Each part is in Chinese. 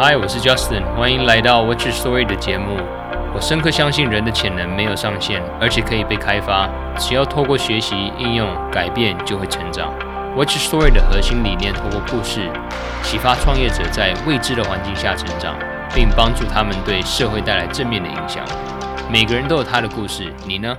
嗨，我是 Justin，欢迎来到 What's Your Story 的节目。我深刻相信人的潜能没有上限，而且可以被开发。只要透过学习、应用、改变，就会成长。What's Your Story 的核心理念，透过故事启发创业者在未知的环境下成长，并帮助他们对社会带来正面的影响。每个人都有他的故事，你呢？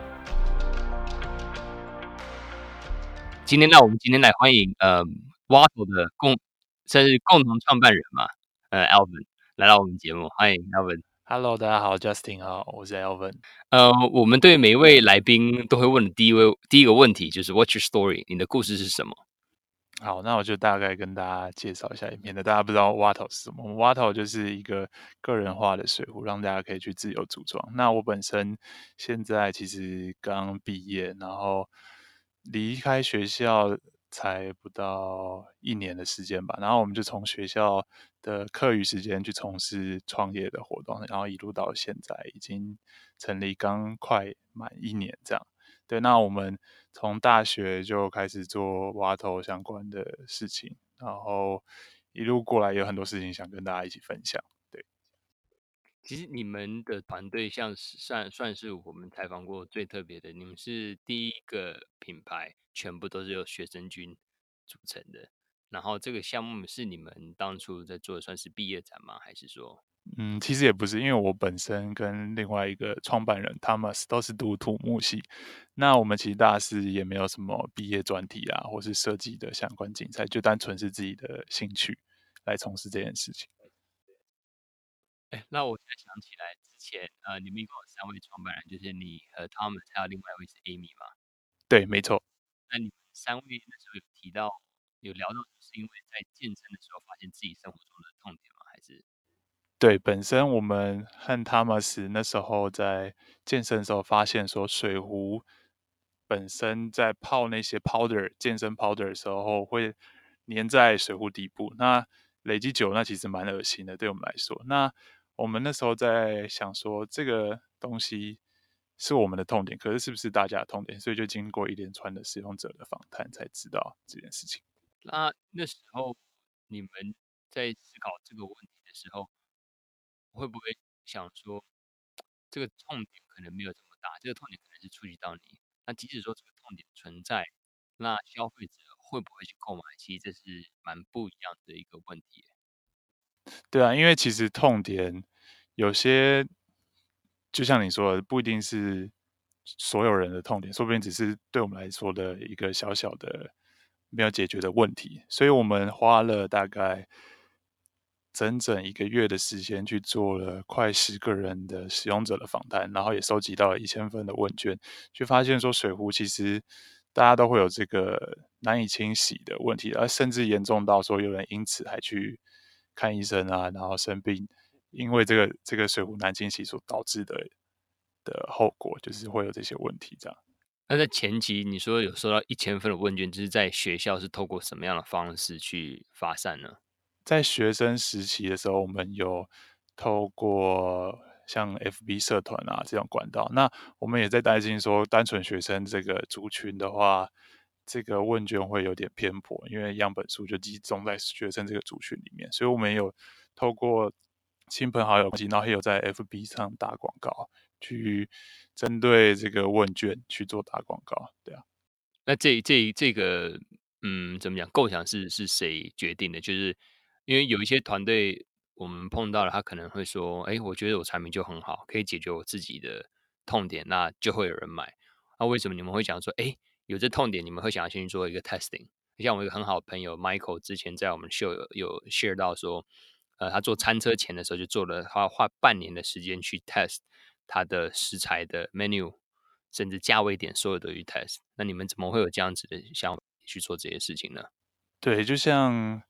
我们今天来欢迎Wattle 的算是共同创办人嘛，Alvin 来到我们节目，欢迎 Alvin。 Hello，大家好，Justin 好，我是 Alvin。 我们对每一位来宾都会问的第一个问题就是 What's your story？ 你的故事是什么？ 好，那我就大概跟大家介绍一下，免得大家不知道 Wattle 是什么。我们 Wattle 就是一个个人化的水壶，让大家可以去自由组装。那我本身现在其实刚毕业，然后离开学校才不到1年的时间吧。然后我们就从学校的课余时间去从事创业的活动，然后一路到现在已经成立刚快满1年这样。对，那我们从大学就开始做挖头相关的事情，然后一路过来有很多事情想跟大家一起分享。对， 其实你们的团队像是算是我们采访过最特别的，你们是第一个品牌，全部都是由学生军组成的。然后这个项目是你们当初在做的，算是毕业展吗？还是说？ 其实也不是，因为我本身跟另外一个创办人 Thomas 都是读土木系，那我们其实大四也没有什么毕业专题啊，或是设计的相关竞赛，就单纯是自己的兴趣来从事这件事情。 哎，那我才想起来，之前你们一共有3位创办人，就是你和 Thomas，还有另外一位是 Amy 嘛？ 对，没错。 那你们3位那时候有聊到，就是因为在健身的时候发现自己生活中的痛点吗？还是？ 对，本身我们和 Thomas 那时候在健身的时候发现说，水壶本身在泡那些 powder 健身 powder 的时候会粘在水壶底部，那累积久了，那其实蛮恶心的，对我们来说。那我们那时候在想说，这个东西是我们的痛点，可是是不是大家的痛点？所以就经过一连串的使用者的访谈，才知道这件事情。 那时候你们在思考这个问题的时候，会不会想说，这个痛点可能没有这么大，这个痛点可能是触及到你。那即使说这个痛点存在，那消费者会不会去购买？其实这是蛮不一样的一个问题。 对啊，因为其实痛点有些，就像你说的，不一定是所有人的痛点，说不定只是对我们来说的一个小小的没有解决的问题。所以我们花了大概整整1个月的时间去做了快10个人的使用者的访谈，然后也收集到了1000份的问卷，就发现说水壶其实大家都会有这个难以清洗的问题，而甚至严重到说有人因此还去看医生啊，然后生病，因为这个水壶难清洗所导致的后果，就是会有这些问题这样。 那在前期你说有收到1000份的问卷，就是在学校是透过什么样的方式去发散呢？ 在学生时期的时候，我们有透过像 FB 社团啊这种管道，那我们也在担心说，单纯学生这个族群的话，这个问卷会有点偏颇，因为样本数就集中在学生这个族群里面，所以我们也有透过亲朋好友，然后也有在 FB 上打广告，去针对这个问卷去做打广告，对啊。 那这个，怎么讲？构想是谁决定的？就是因为有一些团队我们碰到了，他可能会说：“哎，我觉得我产品就很好，可以解决我自己的痛点，那就会有人买。”那为什么你们会讲说：“哎，有这痛点，你们会想要先去做一个 testing？” 像我一个很好的朋友 Michael 之前在我们秀有 share 到说，他做餐车前的时候就做了，花半年的时间去 test 他的食材的 menu，甚至价位点所有都去 test。那你们怎么会有这样子的想法去做这些事情呢？ 对，就像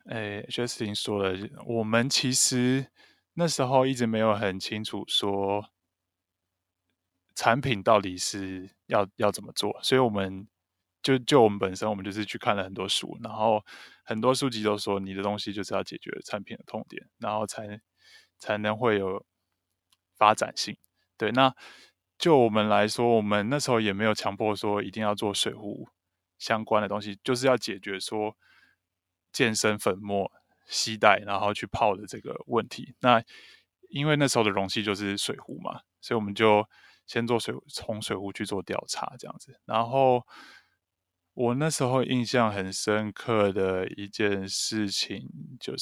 Justin 说的，我们其实那时候一直没有很清楚说产品到底是要怎么做，所以我们就我们本身，我们就是去看了很多书，然后很多书籍都说你的东西就是要解决产品的痛点，然后才能会有发展性。对，那就我们来说，我们那时候也没有强迫说一定要做水壶相关的东西，就是要解决说健身粉末携带然后去泡的这个问题。那因为那时候的容器就是水壶嘛，所以我们就先从水壶去做调查这样子。然后我那时候印象很深刻的一件事情就是，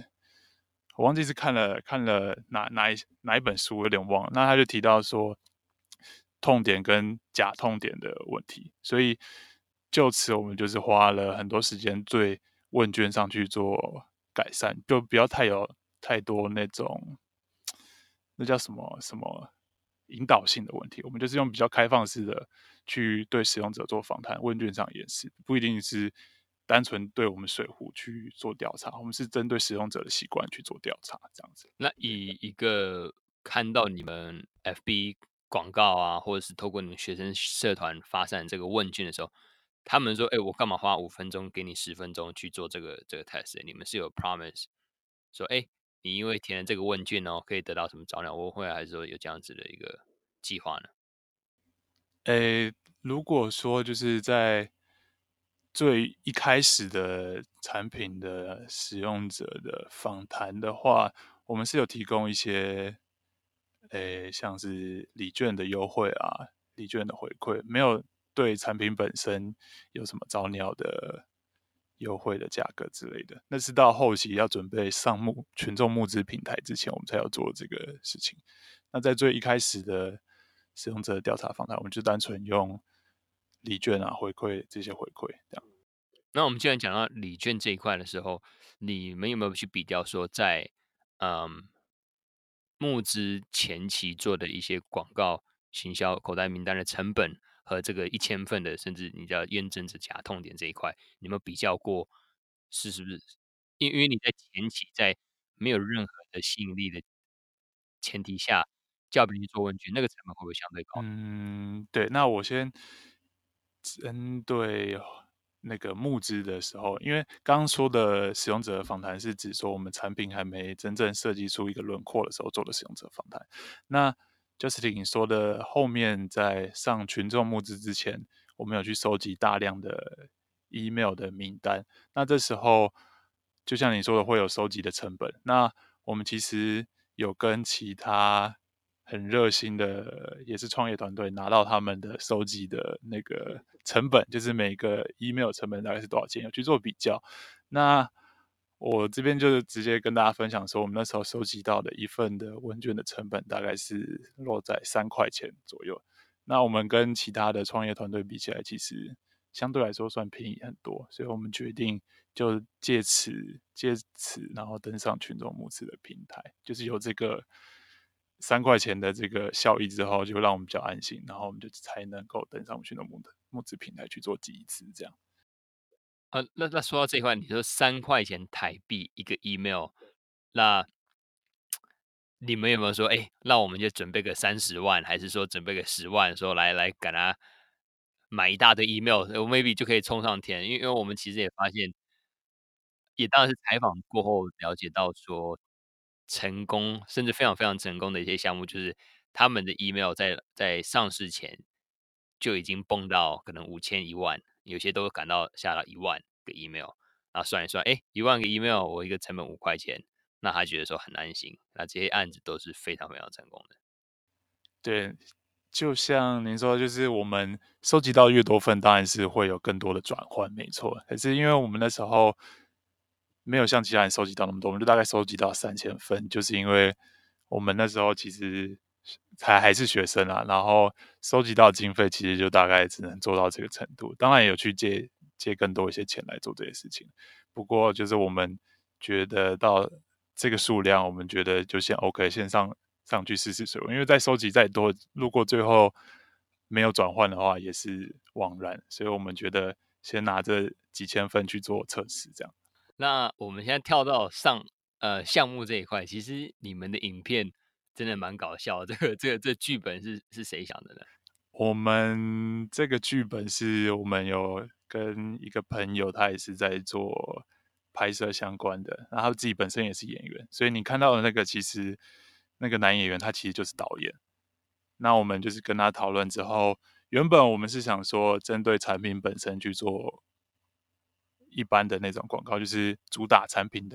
我忘记是看了哪一本书，有点忘了。那他就提到说，痛点跟假痛点的问题，所以就此我们就是花了很多时间对问卷上去做改善，就不要太多那种那叫什么引导性的问题，我们就是用比较开放式的去对使用者做访谈，问卷上也是不一定是单纯对我们水壶去做调查，我们是针对使用者的习惯去做调查，这样子。 那以一个看到你们 FB 广告啊，或者是透过你们学生社团发散这个问卷的时候，他们说：“哎，我干嘛花5分钟给你10分钟去做这个 test？” 你们是有 promise 说：“哎，你因为填了这个问卷哦，可以得到什么早鸟优惠，还是说有这样子的一个计划呢？” 诶，如果说就是在最一开始的产品的使用者的访谈的话，我们是有提供一些，像是礼券的优惠啊，礼券的回馈，没有对产品本身有什么早鸟的优惠的价格之类的。那是到后期要准备上群众募资平台之前，我们才要做这个事情。那在最一开始的使用者调查访谈，我们就单纯用礼券啊回馈这些回馈这样。 那我们既然讲到礼券这一块的时候，你们有没有去比较说在嗯募资前期做的一些广告行销口袋名单的成本和这个1000份的，甚至你叫验证者假痛点这一块，你有没有比较过是不是？因为你在前期在没有任何的吸引力的前提下，叫别人去做问卷，那个成本会不会相对高？ 嗯，对，那我先针对那个募资的时候，因为刚刚说的使用者访谈是指说我们产品还没真正设计出一个轮廓的时候做的使用者访谈。那 Justin 说的后面在上群众募资之前，我们有去收集大量的 email 的名单。那这时候就像你说的，会有收集的成本。那我们其实有跟其他很热心的，也是创业团队拿到他们的收集的那个成本，就是每个 email 成本大概是多少钱，有去做比较。那我这边就是直接跟大家分享说，我们那时候收集到的一份的问卷的成本大概是落在3块钱左右。那我们跟其他的创业团队比起来，其实相对来说算便宜很多，所以我们决定就借此，然后登上群众募资的平台，就是有这个3块钱的这个效益之后，就让我们比较安心，然后我们就才能够登上群众募资平台去做集资，这样。 那说到这一块，你说3块钱台币一个 email，那你们有没有说，哎，那我们就准备个30万，还是说准备个10万，说来给他买一大堆 email，我 maybe 就可以冲上天？因为我们其实也发现，也当然是采访过后了解到说，成功甚至非常非常成功的一些项目，就是他们的 email 在上市前就已经蹦到可能5000、1万，有些都赶到下到1万个 email，然后算一算，哎，1万个 email，我一个成本5块钱，那他觉得说很安心，那这些案子都是非常非常成功的。 对，就像您说，就是我们收集到越多份，当然是会有更多的转换，没错。可是因为我们那时候没有像其他人收集到那么多，我们就大概收集到3000份，就是因为我们那时候其实还是学生啊，然后收集到的经费其实就大概只能做到这个程度。当然也有去借更多一些钱来做这些事情，不过就是我们觉得到这个数量，我们觉得就先 OK，先上去试试水温，因为再收集再多，如果最后没有转换的话，也是枉然。所以我们觉得先拿这几千份去做测试，这样。 那我们现在跳到项目这一块，其实你们的影片真的蛮搞笑的，这剧本是谁想的呢？ 我们这个剧本是我们有跟一个朋友，他也是在做拍摄相关的，然后他自己本身也是演员，所以你看到的那个其实那个男演员他其实就是导演。那我们就是跟他讨论之后，原本我们是想说针对产品本身去做一般的那种广告，就是主打产品的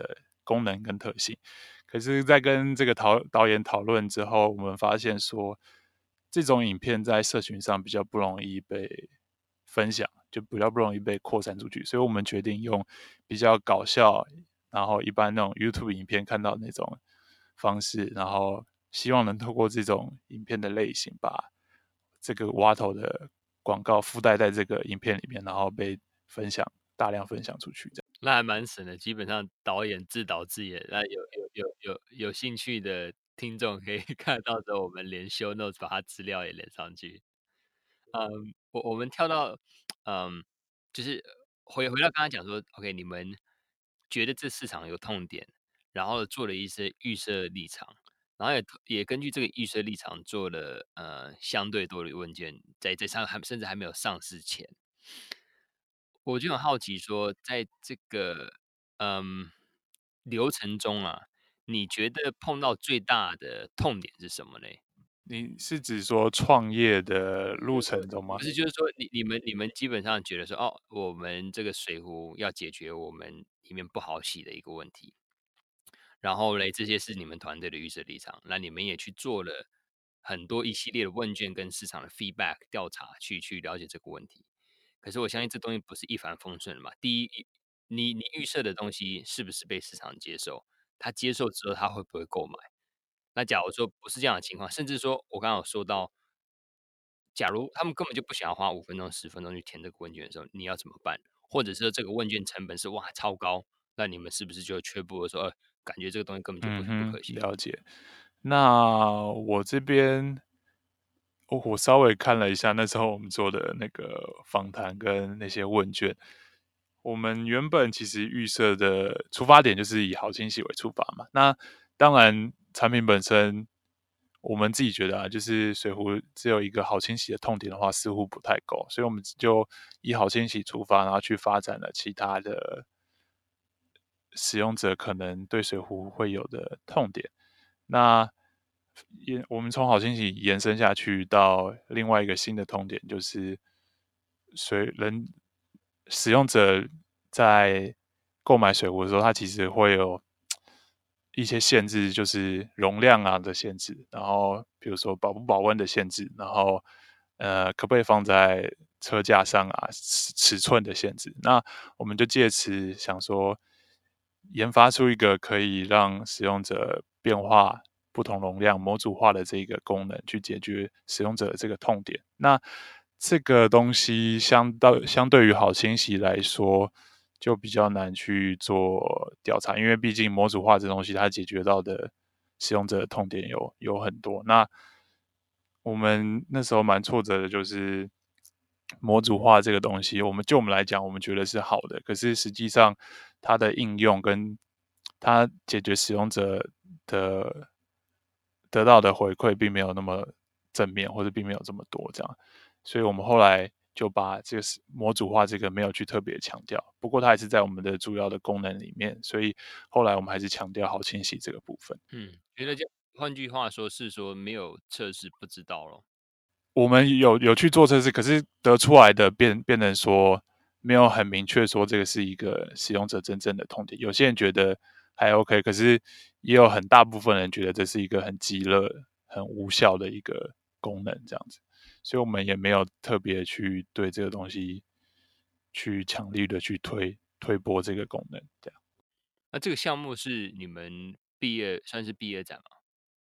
功能跟特性。可是，在跟这个导演讨论之后，我们发现说，这种影片在社群上比较不容易被分享，就比较不容易被扩散出去，所以我们决定用比较搞笑，然后一般那种 YouTube 影片看到那种方式，然后希望能透过这种影片的类型，把这个挖头的广告附带在这个影片里面，然后被大量分享出去。 那还蛮省的，基本上导演自导自演，那有兴趣的听众可以看到之后，我们连 show notes 把它资料也连上去。我们跳到，嗯，就是回到刚刚讲说，OK，你们觉得这市场有痛点，然后做了一些预设立场，然后也根据这个预设立场做了相对多的问卷，在上甚至还没有上市前，我就很好奇说，在这个嗯流程中啊，你觉得碰到最大的痛点是什么呢？ 你是指说创业的路程中吗？ 不是，就是说你们基本上觉得说，哦，我们这个水壶要解决我们里面不好洗的一个问题，然后嘞，这些是你们团队的预设立场，那你们也去做了很多一系列的问卷跟市场的 feedback 调查，去了解这个问题。可是我相信这东西不是一帆风顺的嘛。第一，你预设的东西是不是被市场接受？他接受之后，他会不会购买？那假如说不是这样的情况，甚至说我刚刚有说到，假如他们根本就不想要花5分钟、10分钟去填这个问卷的时候，你要怎么办？或者是这个问卷成本是哇超高，那你们是不是就却步了说，感觉这个东西根本就不嗯哼， 可行？ 了解。那我这边，我稍微看了一下那时候我们做的那个访谈跟那些问卷，我们原本其实预设的出发点就是以好清洗为出发嘛。那当然，产品本身，我们自己觉得啊，就是水壶只有一个好清洗的痛点的话，似乎不太够，所以我们就以好清洗出发，然后去发展了其他的使用者可能对水壶会有的痛点。那我们从好清洗延伸下去到另外一个新的痛点，就是使用者在购买水壶的时候，它其实会有一些限制，就是容量啊的限制，然后比如说保不保温的限制，然后可不可以放在车架上啊，尺寸的限制。那我们就借此想说，研发出一个可以让使用者变化不同容量模组化的这个功能，去解决使用者的这个痛点。那这个东西相对于好清洗来说，就比较难去做调查，因为毕竟模组化这东西，它解决到的使用者的痛点有很多。那我们那时候蛮挫折的，就是模组化这个东西，我们来讲，我们觉得是好的，可是实际上它的应用跟它解决使用者的得到的回馈，并没有那么正面，或者并没有这么多这样，所以我们后来就把这个模组化这个没有去特别强调，不过它还是在我们的主要的功能里面，所以后来我们还是强调好清洗这个部分。 觉得这样，换句话说是说没有测试不知道咯。 我们有去做测试，可是得出来的变成说没有很明确说这个是一个使用者真正的痛点。有些人觉得还 OK，可是也有很大部分人觉得这是一个很鸡肋、很无效的一个功能，这样子。所以我们也没有特别去对这个东西去强力的去推播这个功能，这样。 那这个项目是你们算是毕业展吗？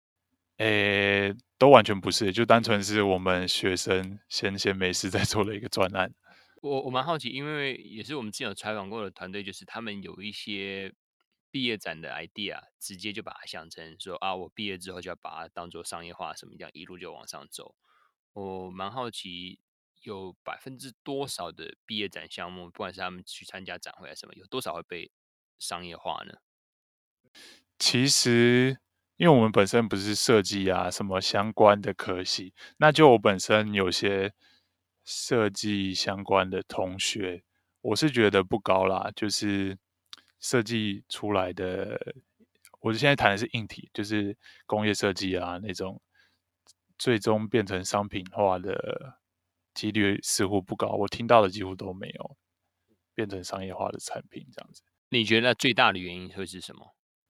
都完全不是，就单纯是我们学生闲闲没事在做的一个专案。 我蛮好奇，因为也是我们之前有采访过的团队，就是他们有一些毕业展的 idea，直接就把它想成说啊，我毕业之后就要把它当做商业化，什么这样一路就往上走。我蛮好奇，有多少的毕业展项目，不管是他们去参加展会还是什么，有多少会被商业化呢？ 其实，因为我们本身不是设计啊什么相关的科系，那就我本身有些设计相关的同学，我是觉得不高啦，就是设计出来的，我现在谈的是硬体，就是工业设计啊那种，最终变成商品化的几率似乎不高，我听到的几乎都没有变成商业化的产品这样子。 你觉得最大的原因会是什么？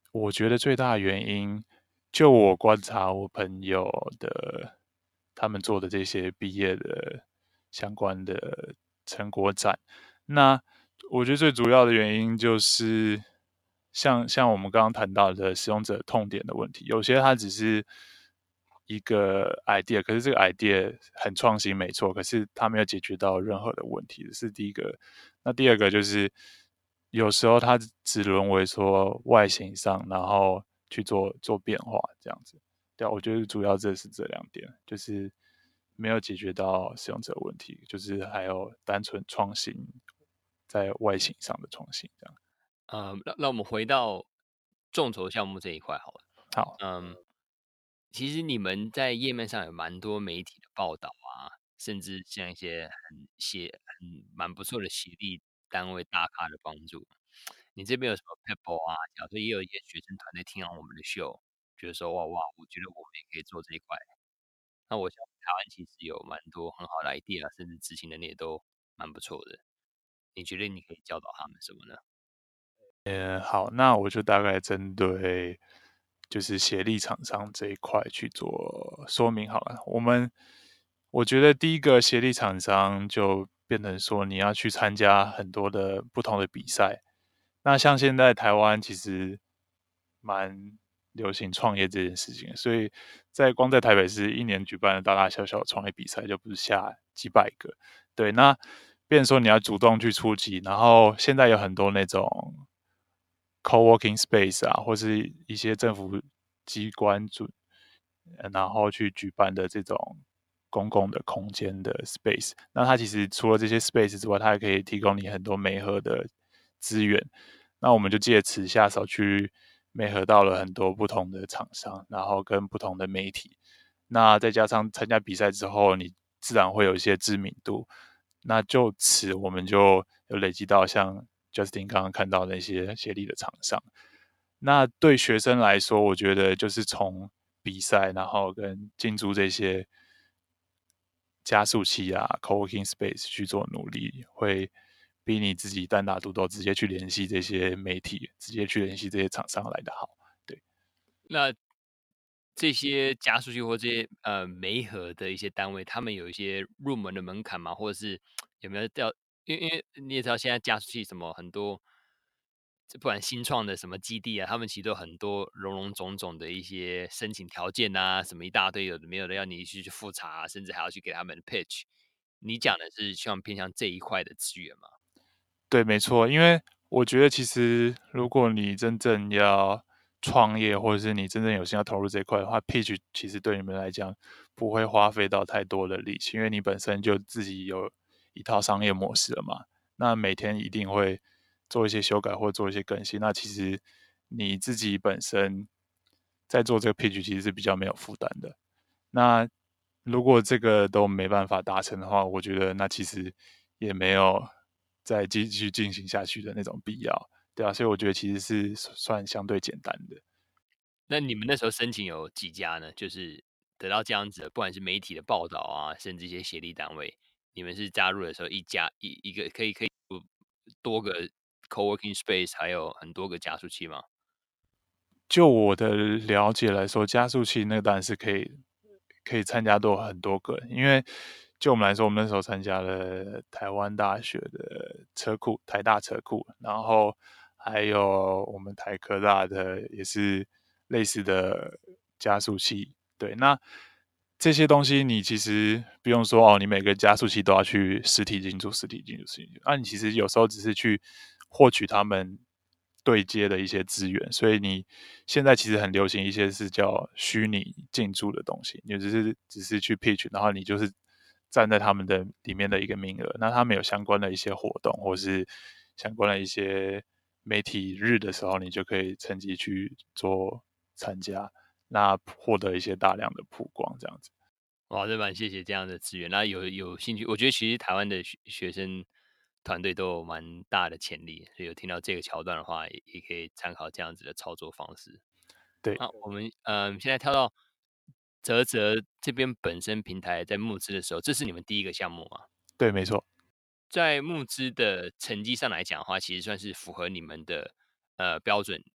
我觉得最大的原因，就我观察我朋友的他们做的这些毕业的相关的成果展，那我觉得最主要的原因就是像我们刚刚谈到的使用者痛点的问题，有些它只是一个 idea，可是这个 idea 很创新，没错，可是它没有解决到任何的问题，这是第一个。那第二个就是有时候它只沦为说外形上，然后去做变化这样子。对啊，我觉得主要这是这两点，就是没有解决到使用者问题，就是还有单纯创新在外形上的创新这样。 那我们回到众筹项目这一块好了。 好， 其实你们在页面上有蛮多媒体的报道啊，甚至像一些蛮不错的协力单位大咖的帮助。你这边有什么 people 啊？假如说也有一些学生团队听完我们的秀，觉得说哇，我觉得我们也可以做这一块。那我想台湾其实有蛮多很好的 idea，甚至执行能力也都蛮不错的。你觉得你可以教导他们什么呢？ 好，那我就大概针对就是协力厂商这一块去做说明好了。我觉得第一个协力厂商就变成说你要去参加很多的不同的比赛。那像现在台湾其实蛮流行创业这件事情，所以光在台北市一年举办的大大小小的创业比赛就不是下几百个。对，那变成说你要主动去出击，然后现在有很多那种 co-working space 啊，或是一些政府机关然后去举办的这种公共的空间的 space。那它其实除了这些 space 之外，它还可以提供你很多媒合的资源。那我们就借此下手去媒合到了很多不同的厂商，然后跟不同的媒体。那再加上参加比赛之后，你自然会有一些知名度。那就此我们就有累积到像 Justin 刚刚看到的那些协力的厂商。那对学生来说，我觉得就是从比赛，然后跟进驻这些加速器啊、coworking space 去做努力，会比你自己单打独斗直接去联系这些媒体，直接去联系这些厂商来的好。对。 那这些加速器或这些媒合的一些单位，他们有一些入门的门槛吗？或者是有没有调？因为你也知道，现在加速器什么很多，不管新创的什么基地啊，他们其实都有很多种种种种的一些申请条件啊，什么一大堆有的没有的，要你去复查啊，甚至还要去给他们 pitch。你讲的是希望偏向这一块的资源吗？ 对，没错，因为我觉得其实如果你真正要创业，或者是你真正有心要投入这一块的话，pitch 其实对你们来讲不会花费到太多的力气，因为你本身就自己有一套商业模式了嘛。那每天一定会做一些修改或做一些更新，那其实你自己本身在做这个 pitch 其实是比较没有负担的。那如果这个都没办法达成的话，我觉得那其实也没有再继续进行下去的那种必要，对啊，所以我觉得其实是算相对简单的。 那你们那时候申请有几家呢？就是得到这样子的，不管是媒体的报道啊，甚至一些协力单位，你们是加入的时候一个可以有多个 co-working space，还有很多个加速器吗？ 就我的了解来说，加速器那个当然是可以参加很多个，因为就我们来说，我们那时候参加了台湾大学的车库，台大车库，然后还有我们台科大的也是类似的加速器。对，那这些东西你其实不用说哦，你每个加速器都要去实体进驻、实体进驻、实体进驻。那你其实有时候只是去获取他们对接的一些资源，所以你现在其实很流行一些是叫虚拟进驻的东西，你只是去 pitch，然后你就是站在他们的里面的一个名额，那他们有相关的一些活动，或是相关的一些媒体日的时候，你就可以趁机去做参加。那获得一些大量的曝光这样子。 哇，这蛮谢谢这样的资源。那有兴趣，我觉得其实台湾的学生团队都有蛮大的潜力，所以有听到这个桥段的话，也可以参考这样子的操作方式。 对， 那我们现在跳到泽泽这边本身平台在募资的时候，这是你们第一个项目吗？ 对，没错。 在募资的成绩上来讲的话，其实算是符合你们的标准，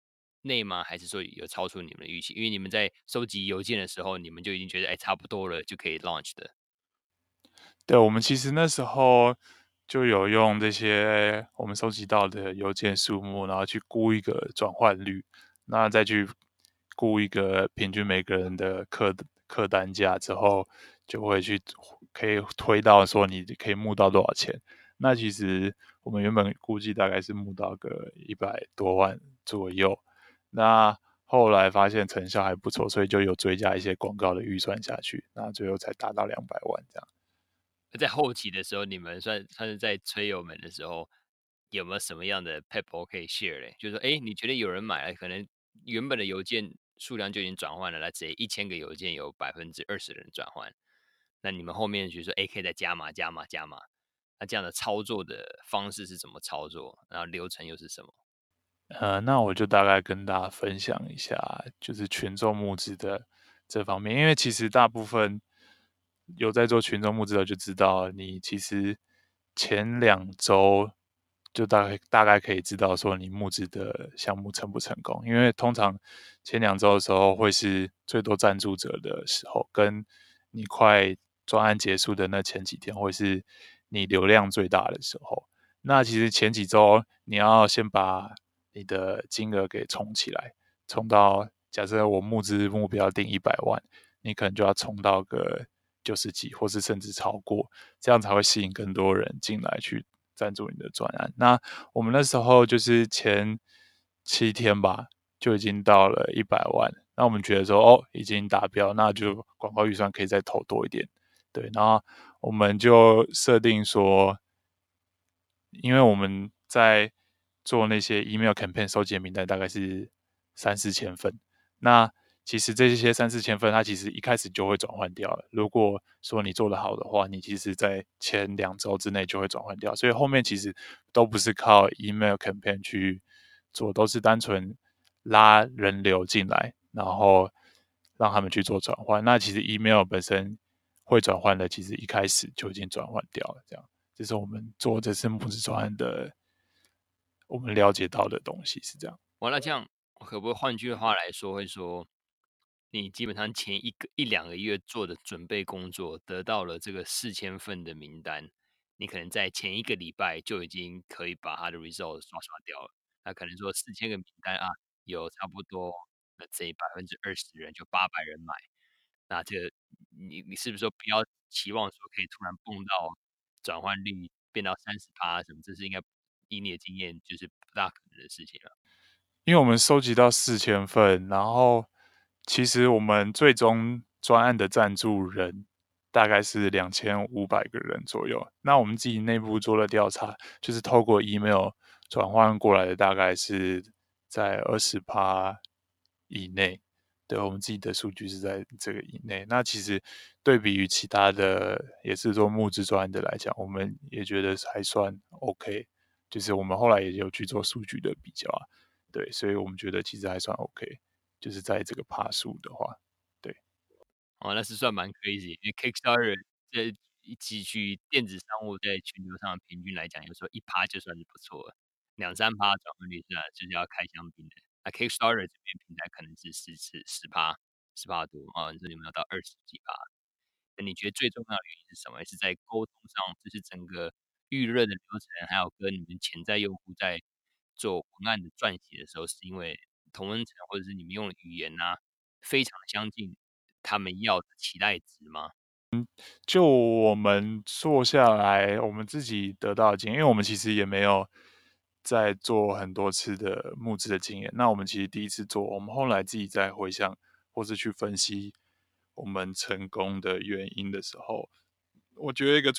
内吗？还是说有超出你们的预期？因为你们在收集邮件的时候，你们就已经觉得哎差不多了，就可以 launch 的。 对，我们其实那时候就有用这些我们收集到的邮件数目，然后去估一个转换率，那再去估一个平均每个人的客单价之后，就会去可以推到说你可以募到多少钱。那其实我们原本估计大概是募到个100多万左右，那后来发现成效还不错，所以就有追加一些广告的预算下去，那最后才达到200万这样。 在后期的时候，你们算是在催油门的时候，有没有什么样的 pebble 可以 share 嘞？就是说，哎，你觉得有人买了，可能原本的邮件数量就已经转换了，那直接1000个邮件有20%的人转换，那你们后面就说，哎，可以再加码、加码、加码。那这样的操作的方式是怎么操作？然后流程又是什么？ 那我就大概跟大家分享一下，就是群众募资的这方面，因为其实大部分有在做群众募资的就知道，你其实前2周就大概可以知道说你募资的项目成不成功，因为通常前2周的时候会是最多赞助者的时候，跟你快专案结束的那前几天会是你流量最大的时候。那其实前几周你要先把你的金额给冲起来，冲到假设我募资目标定100万，你可能就要冲到个90几，或是甚至超过，这样才会吸引更多人进来去赞助你的专案。那我们那时候就是前7天吧，就已经到了100万，那我们觉得说哦已经达标，那就广告预算可以再投多一点，对，然后我们就设定说，因为我们在做那些 email campaign 收集的名单大概是3、4千份，那其实这些3、4千份，它其实一开始就会转换掉了。如果说你做得好的话，你其实在前2周之内就会转换掉，所以后面其实都不是靠 email campaign 去做，都是单纯拉人流进来，然后让他们去做转换。那其实 email 本身会转换的，其实一开始就已经转换掉了，这样。这是我们做这次募资专案的，我们了解到的东西是这样。 完了，这样可不可以换句话来说，会说你基本上前1、2个月做的准备工作，得到了这个4000份的名单，你可能在前1个礼拜就已经可以把它的 result 刷掉了。那可能说4000个名单啊，有差不多这20%人就800人买，那这个你是不是说不要期望说可以突然蹦到转换率变到30%什么，这是应该以你的经验就是不大可能的事情了。 因为我们收集到4000份，然后其实我们最终专案的赞助人大概是2500个人左右。那我们自己内部做了调查，就是透过 email 转换过来的，大概是在20%以内。对，我们自己的数据是在这个以内。那其实对比于其他的也是做募资专案的来讲，我们也觉得还算 OK。就是我们后来也有去做数据的比较啊。对，所以我们觉得其实还算 OK，就是在这个趴数的话，对。 哦，那是算蛮 crazy，因为 Kickstarter 这几区电子商务在全球上平均来讲，有时候1%就算是不错了，2、3%转换率是要开香槟的。那 Kickstarter 这边平台可能是10%、10%多啊，你说有没有到20几%？那你觉得最重要的原因是什么？是在沟通上，就是整个预热的流程，还有跟你们潜在用户在做文案的撰写的时候，是因为同温层或者是你们用的语言啊，非常的相近，他们要的期待值吗？ 就我们做下来，我们自己得到的经验，因为我们其实也没有在做很多次的募资的经验。那我们其实第一次做，我们后来自己在回想或是去分析我们成功的原因的时候，我觉得一个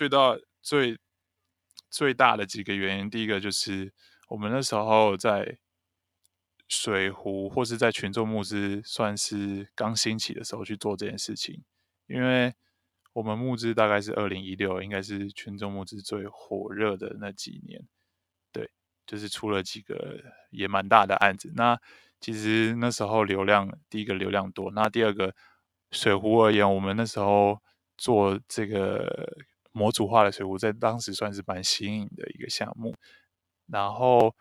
最大的几个原因，第一个就是我们那时候在水壶或是在群众募资算是刚兴起的时候去做这件事情，因为我们募资大概是2016，应该是群众募资最火热的那几年，对，就是出了几个也蛮大的案子。那其实那时候第一个流量多，那第二个水壶而言，我们那时候做这个模组化的水壶，在当时算是蛮新颖的一个项目。然后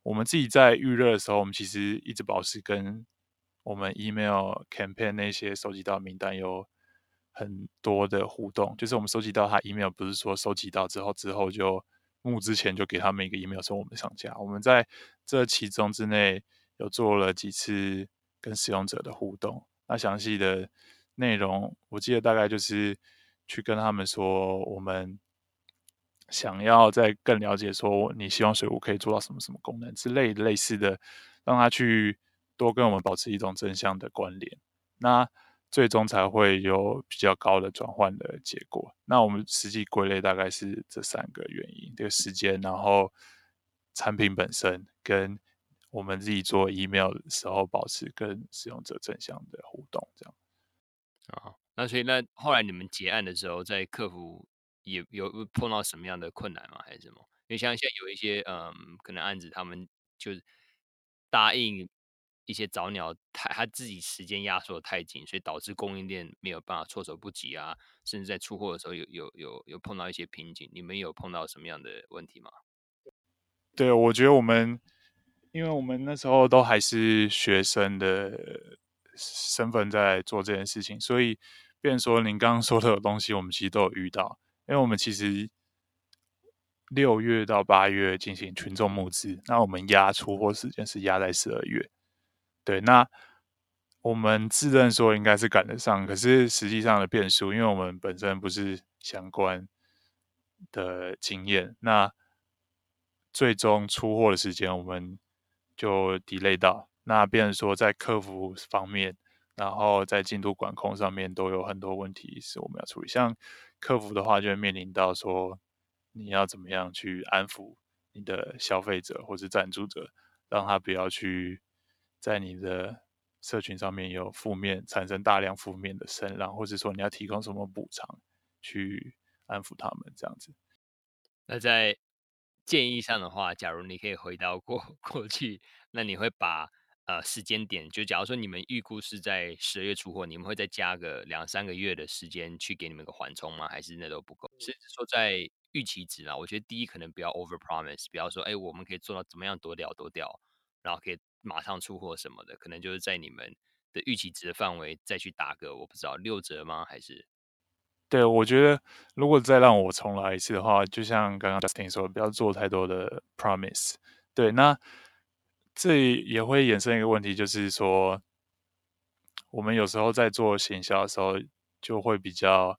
我们自己在预热的时候，我们其实一直保持跟我们 email campaign 那些收集到的名单有很多的互动。就是我们收集到他 email，不是说收集到之后就募之前就给他们一个 email 说我们上架。我们在这其中之内有做了几次跟使用者的互动。那详细的内容，我记得大概就是去跟他们说，我们想要再更了解说你希望水壶可以做到什么什么功能之类的类似的，让他去多跟我们保持一种正向的关联，那最终才会有比较高的转换的结果。那我们实际归类大概是这三个原因：这个时间，然后产品本身，跟我们自己做 email 的时候保持跟使用者正向的互动，这样。 啊，那所以那后来你们结案的时候，在客服也有碰到什么样的困难吗？还是什么？因为像现在有一些可能案子他们就是答应一些早鸟，他自己时间压缩的太紧，所以导致供应链没有办法措手不及啊，甚至在出货的时候有碰到一些瓶颈。你们有碰到什么样的问题吗？ 对，我觉得因为我们那时候都还是学生的身份在做这件事情，所以变成说您刚刚说的东西，我们其实都有遇到。因为我们其实6月到8月进行群众募资，那我们压出货时间是压在12月。对，那我们自认说应该是赶得上，可是实际上的变数，因为我们本身不是相关的经验，那最终出货的时间我们就 delay 到，那变成说在客服方面，然后在进度管控上面都有很多问题是我们要处理。像客服的话，就会面临到说你要怎么样去安抚你的消费者或是赞助者，让他不要去在你的社群上面有产生大量负面的声浪，或者说你要提供什么补偿去安抚他们这样子。 那在建议上的话，假如你可以回到过去，那你会把时间点，就假如说你们预估是在12月出货，你们会再加个2、3个月的时间去给你们个缓冲吗？还是那都不够？甚至说在预期值啊，我觉得第一可能不要 over promise，不要说哎我们可以做到怎么样多掉多掉，然后可以马上出货什么的，可能就是在你们的预期值的范围再去打个我不知道6折吗？还是对，我觉得如果再让我重来一次的话，就像刚刚 Justin 说的，不要做太多的 promise。对，那这也会衍生一个问题，就是说，我们有时候在做行销的时候，就会比较，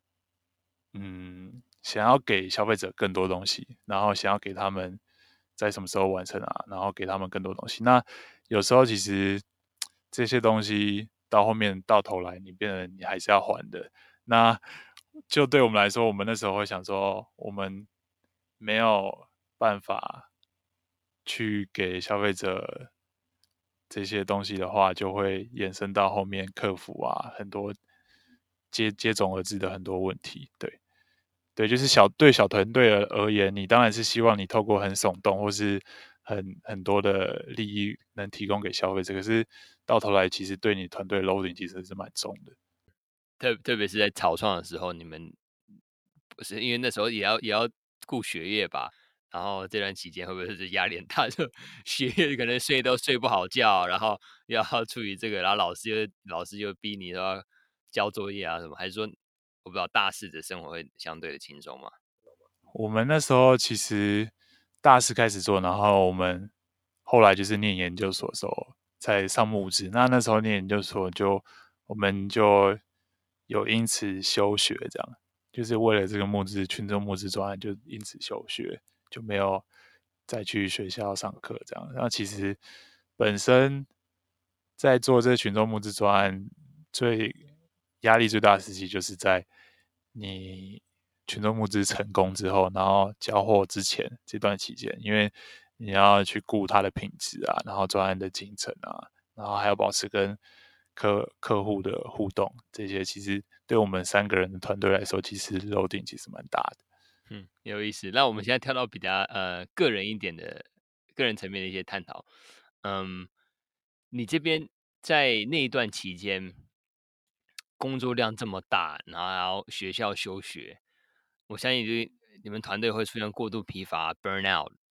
想要给消费者更多东西，然后想要给他们在什么时候完成啊，然后给他们更多东西。那有时候其实这些东西到后面到头来，你变得你还是要还的。那就对我们来说，我们那时候会想说，我们没有办法去给消费者这些东西的话，就会衍生到后面客服啊，很多接踵而至的很多问题。对，对，就是对小团队而言，你当然是希望你透过很耸动或是很多的利益能提供给消费者，可是到头来其实对你团队 loading 其实是蛮重的。 特别是在草创的时候，你们不是因为那时候也要顾学业吧？然后这段期间会不会是压力很大？就学业可能睡都睡不好觉，然后又要处理这个，然后老师又逼你都要交作业啊什么？还是说我不知道大四的生活会相对的轻松吗？ 我们那时候其实大四开始做，然后我们后来就是念研究所的时候才上募资。那时候念研究所我们就有因此休学，这样就是为了这个群众募资专案就因此休学，就没有再去学校上课这样。然后其实本身在做这个群众募资专案，最压力最大的时期就是在你群众募资成功之后，然后交货之前这段期间，因为你要去顾它的品质啊，然后专案的进程啊，然后还要保持跟客户的互动，这些其实对我们3个人的团队来说，其实 loading 其实蛮大的。 有意思。那我们现在跳到比较个人一点的个人层面的一些探讨。嗯，你这边在那一段期间，工作量这么大，然后还要学校休学，我相信你们团队会出现过度疲乏 burnout。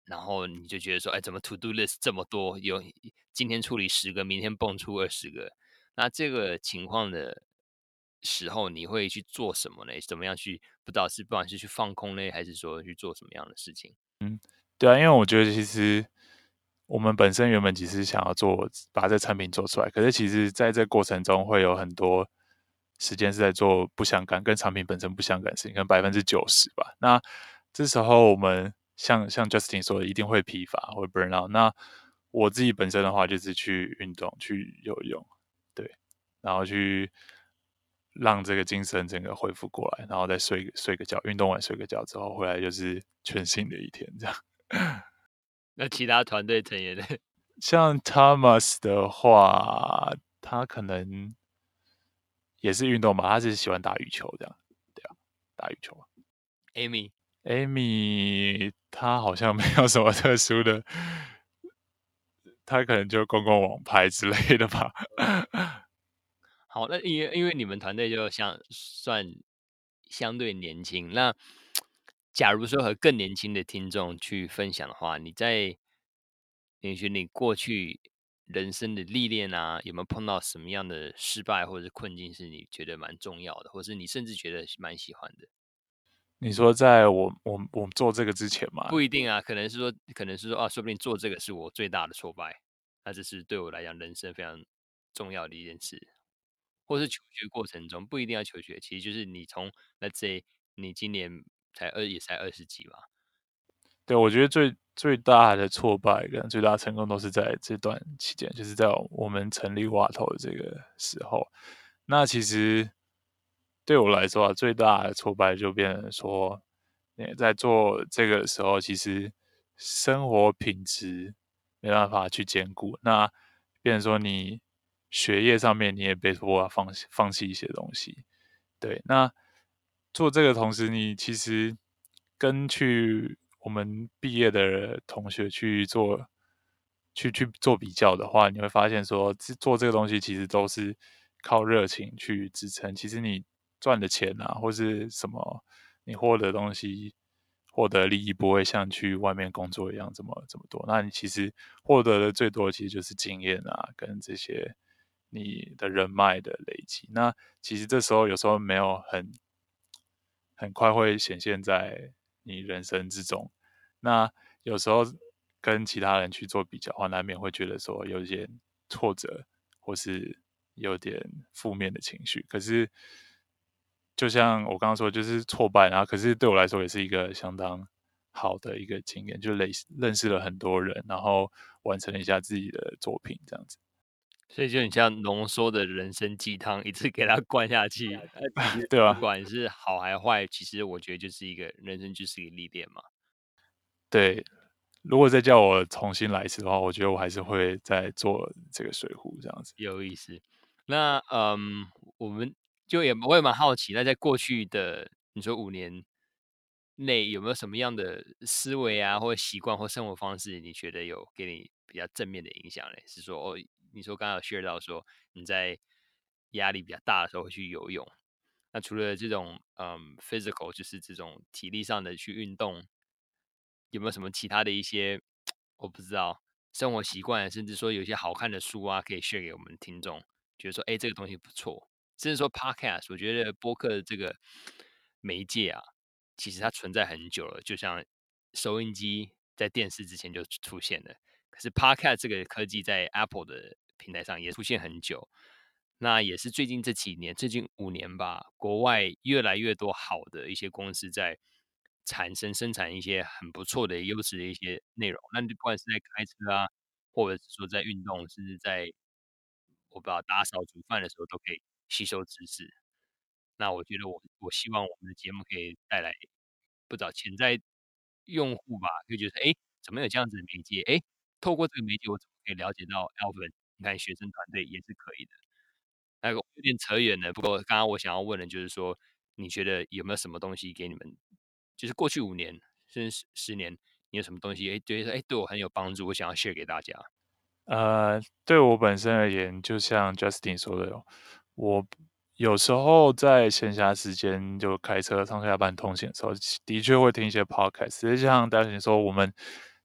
然后你就觉得说，哎，怎么 to do list 这么多？今天处理10个，明天蹦出20个。那这个情况的时候，你会去做什么呢？怎么样去不管是去放空呢，还是说去做什么样的事情？ 对啊，因为我觉得其实我们本身原本只是想要把这产品做出来，可是其实在这过程中会有很多时间是在做跟产品本身不相干的事情，可能90%吧。那这时候我们像 Justin 说的，一定会疲乏，会 burn out。那我自己本身的话，就是去运动，去游泳，对，然后去让这个精神整个恢复过来，然后再睡个觉，运动完睡个觉之后回来就是全新的一天，这样。 那其他团队成员呢？ 像 Thomas 的话，他可能也是运动吧，他是喜欢打羽球这样，对啊，打羽球。 Amy。 Amy 她好像没有什么特殊的，她可能就逛网拍之类的吧。 好，那因为你们团队就算相对年轻，那假如说和更年轻的听众去分享的话，你觉得你过去人生的历练啊，有没有碰到什么样的失败或者是困境是你觉得蛮重要的，或是你甚至觉得蛮喜欢的？ 你说在我做这个之前嘛， 不一定啊，可能是说啊，说不定做这个是我最大的挫败，那这是对我来讲人生非常重要的一件事。或是求学过程中不一定要求学，其实就是你从 let's say 你今年也才20几嘛。 对，我觉得最大的挫败跟最大的成功都是在这段期间，就是在我们成立挖头的这个时候。那其实对我来说啊，最大的挫败就变成说，在做这个的时候，其实生活品质没办法去兼顾，那变成说你学业上面你也被迫要放弃一些东西。对，那做这个同时，你其实去我们毕业的同学去做比较的话，你会发现说，做这个东西其实都是靠热情去支撑。其实你赚的钱啊，或是什么，你获得的东西、获得利益，不会像去外面工作一样这么多。那你其实获得的最多，其实就是经验啊，跟这些你的人脉的累积。那其实这时候有时候没有很快会显现在你人生之中。那有时候跟其他人去做比较的话，难免会觉得说有点挫折，或是有点负面的情绪。可是，就像我刚刚说，就是挫败，然后可是对我来说也是一个相当好的一个经验，就认识了很多人，然后完成了一下自己的作品，这样子。 所以就很像浓缩的人生鸡汤，一次给它灌下去。其实对吧？ 不管是好还坏，其实我觉得就是一个人生就是一个历练嘛。 对，如果再叫我重新来一次的话，我觉得我还是会再做这个水壶这样子。 有意思。那我们我也蛮好奇，那在过去的你说5年内，有没有什么样的思维啊，或者习惯或生活方式，你觉得有给你比较正面的影响嘞？是说哦，你说刚刚有 share 到说你在压力比较大的时候会去游泳，那除了这种physical，就是这种体力上的去运动，有没有什么其他的一些我不知道生活习惯，甚至说有一些好看的书啊，可以 share 给我们听众，觉得说哎这个东西不错，甚至说 podcast，我觉得播客的这个媒介啊，其实它存在很久了，就像收音机在电视之前就出现了，可是 podcast 这个科技在 Apple 的平台上也出现很久。那也是最近这几年，最近5年吧，国外越来越多好的一些公司在生产一些很不错的优质的一些内容。那你不管是在开车啊，或者是说在运动，甚至在我不知道打扫、煮饭的时候都可以吸收知识。那我觉得我希望我们的节目可以带来不少潜在用户吧，就觉得哎，诶怎么有这样子的媒介？哎，透过这个媒介，我怎么可以了解到 Alvin？你看学生团队也是可以的。那个有点扯远了，不过刚刚我想要问的就是说，你觉得有没有什么东西给你们，就是过去5年甚至10年，你有什么东西，哎，觉得说，哎，对我很有帮助，我想要 share 给大家？ 对我本身而言，就像 Justin 说的，我有时候在闲暇时间就开车上下班通勤的时候，的确会听一些 podcast。就像 Justin 说，我们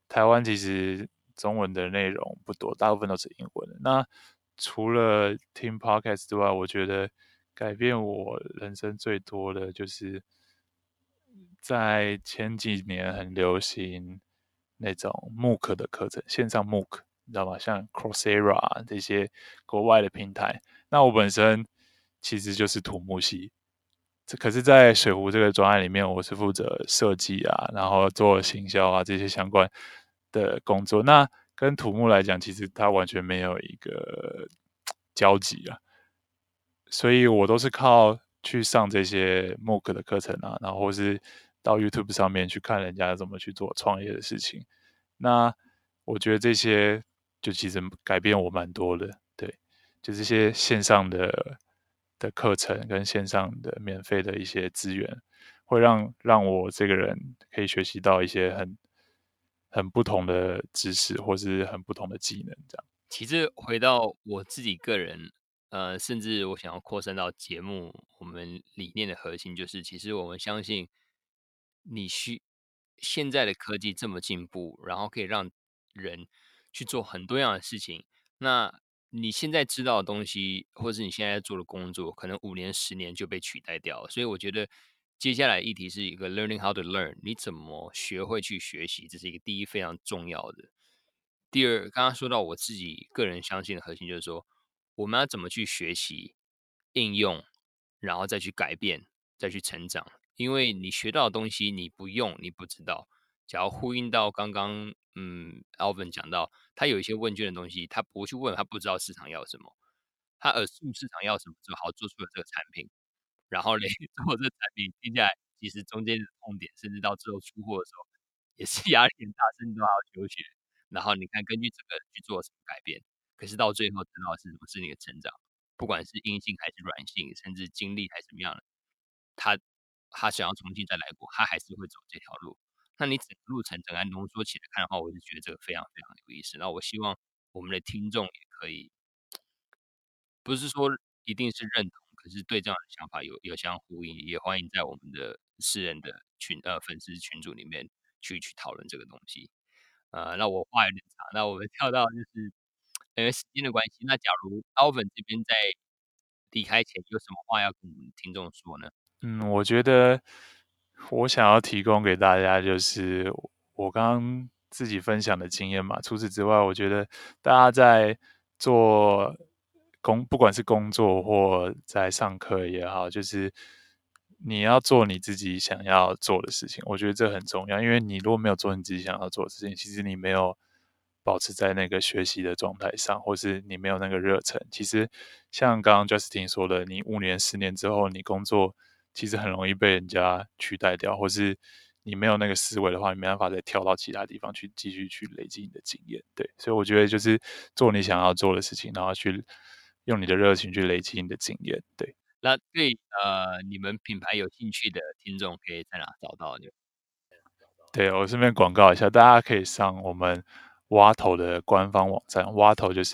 台湾其实中文的内容不多，大部分都是英文的。那除了听 podcast 之外，我觉得改变我人生最多的就是在前几年很流行那种 MOOC 的课程，线上 MOOC， 你知道吗？像 Coursera 这些国外的平台。那我本身其实就是土木系，可是在水壶这个专案里面，我是负责设计啊，然后做行销啊这些相关的工作。那跟土木来讲，其实它完全没有一个交集啊。所以我都是靠去上这些 MOOC 的课程啊，然后或是到 YouTube 上面去看人家怎么去做创业的事情。那我觉得这些就其实改变我蛮多的，对，就这些线上的课程跟线上的免费的一些资源，会让我这个人可以学习到一些很不同的知识，或是很不同的技能，这样。 其实回到我自己个人，甚至我想要扩散到节目，我们理念的核心就是，其实我们相信你现在的科技这么进步，然后可以让人去做很多样的事情。那你现在知道的东西，或是你现在在做的工作，可能5年、10年就被取代掉了。所以我觉得接下来议题是一个 learning how to learn，你怎么学会去学习，这是一个第一非常重要的。第二，刚刚说到我自己个人相信的核心，就是说我们要怎么去学习、应用，然后再去改变、再去成长。因为你学到的东西你不用，你不知道。假如呼应到刚刚Alvin 讲到，他有一些问卷的东西，他不去问，他不知道市场要什么，他assume市场要什么之后，好做出了这个产品，然后嘞，做这个产品听起来其实中间的痛点，甚至到最后出货的时候，也是压力很大，甚至都还要休学。然后你看根据这个去做什么改变，可是到最后得到的是什么？是你的成长，不管是阴性还是软性，甚至经历还是怎么样的，他他想要重新再来过，他还是会走这条路。那你整个路程整个浓缩起来看的话，我就觉得这个非常非常有意思。那我希望我们的听众也可以，不是说一定是认同，可是对这样的想法有相呼应，也欢迎在我们的私人的粉丝群组里面去讨论这个东西。那我话有点长，那我们跳到就是因为时间的关系，那假如 Alvin 这边在离开前有什么话要跟我们听众说呢？ 我觉得我想要提供给大家就是我刚刚自己分享的经验嘛。除此之外，我觉得大家在做不管是工作或在上课也好，就是你要做你自己想要做的事情。我觉得这很重要，因为你如果没有做你自己想要做的事情，其实你没有保持在那个学习的状态上，或是你没有那个热忱。其实像刚刚 Justin 说的，你5年、10年之后，你工作其实很容易被人家取代掉，或是你没有那个思维的话，你没办法再跳到其他地方去继续去累积你的经验。对，所以我觉得就是做你想要做的事情，然后去用你的热情去累积你的经验。对， 那对你们品牌有兴趣的听众可以在哪找到你们？ 对，我顺便广告一下，大家可以上我们挖头的官方网站，挖头就是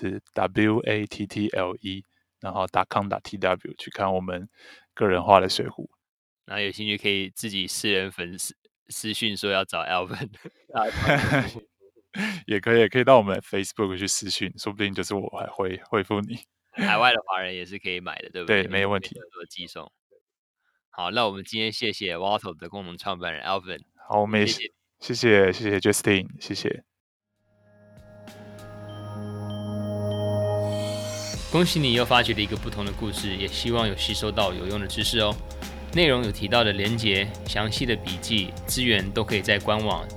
WATTLE，然后 .com.tw 去看我们个人化的水壶。 然后有兴趣可以自己私人私讯说要找 Alvin， 也可以到我们 Facebook 去私讯，说不定就是我还会回复你。 海外的华人也是可以买的，对不对？ 对，没有问题。 做寄送。好，那我们今天谢谢 Water 的共同创办人 Alvin， 好，我们也谢谢。 谢谢 Justin，谢谢。 恭喜你又发掘了一个不同的故事，也希望有吸收到有用的知识哦。内容有提到的连结、详细的笔记、资源都可以在官网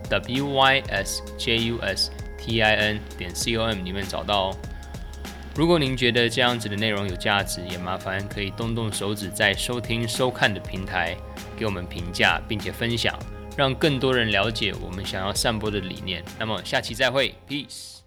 wysjustin.com 里面找到哦。如果您觉得这样子的内容有价值，也麻烦可以动动手指在收听收看的平台给我们评价，并且分享，让更多人了解我们想要散播的理念。那么下期再会 ，Peace。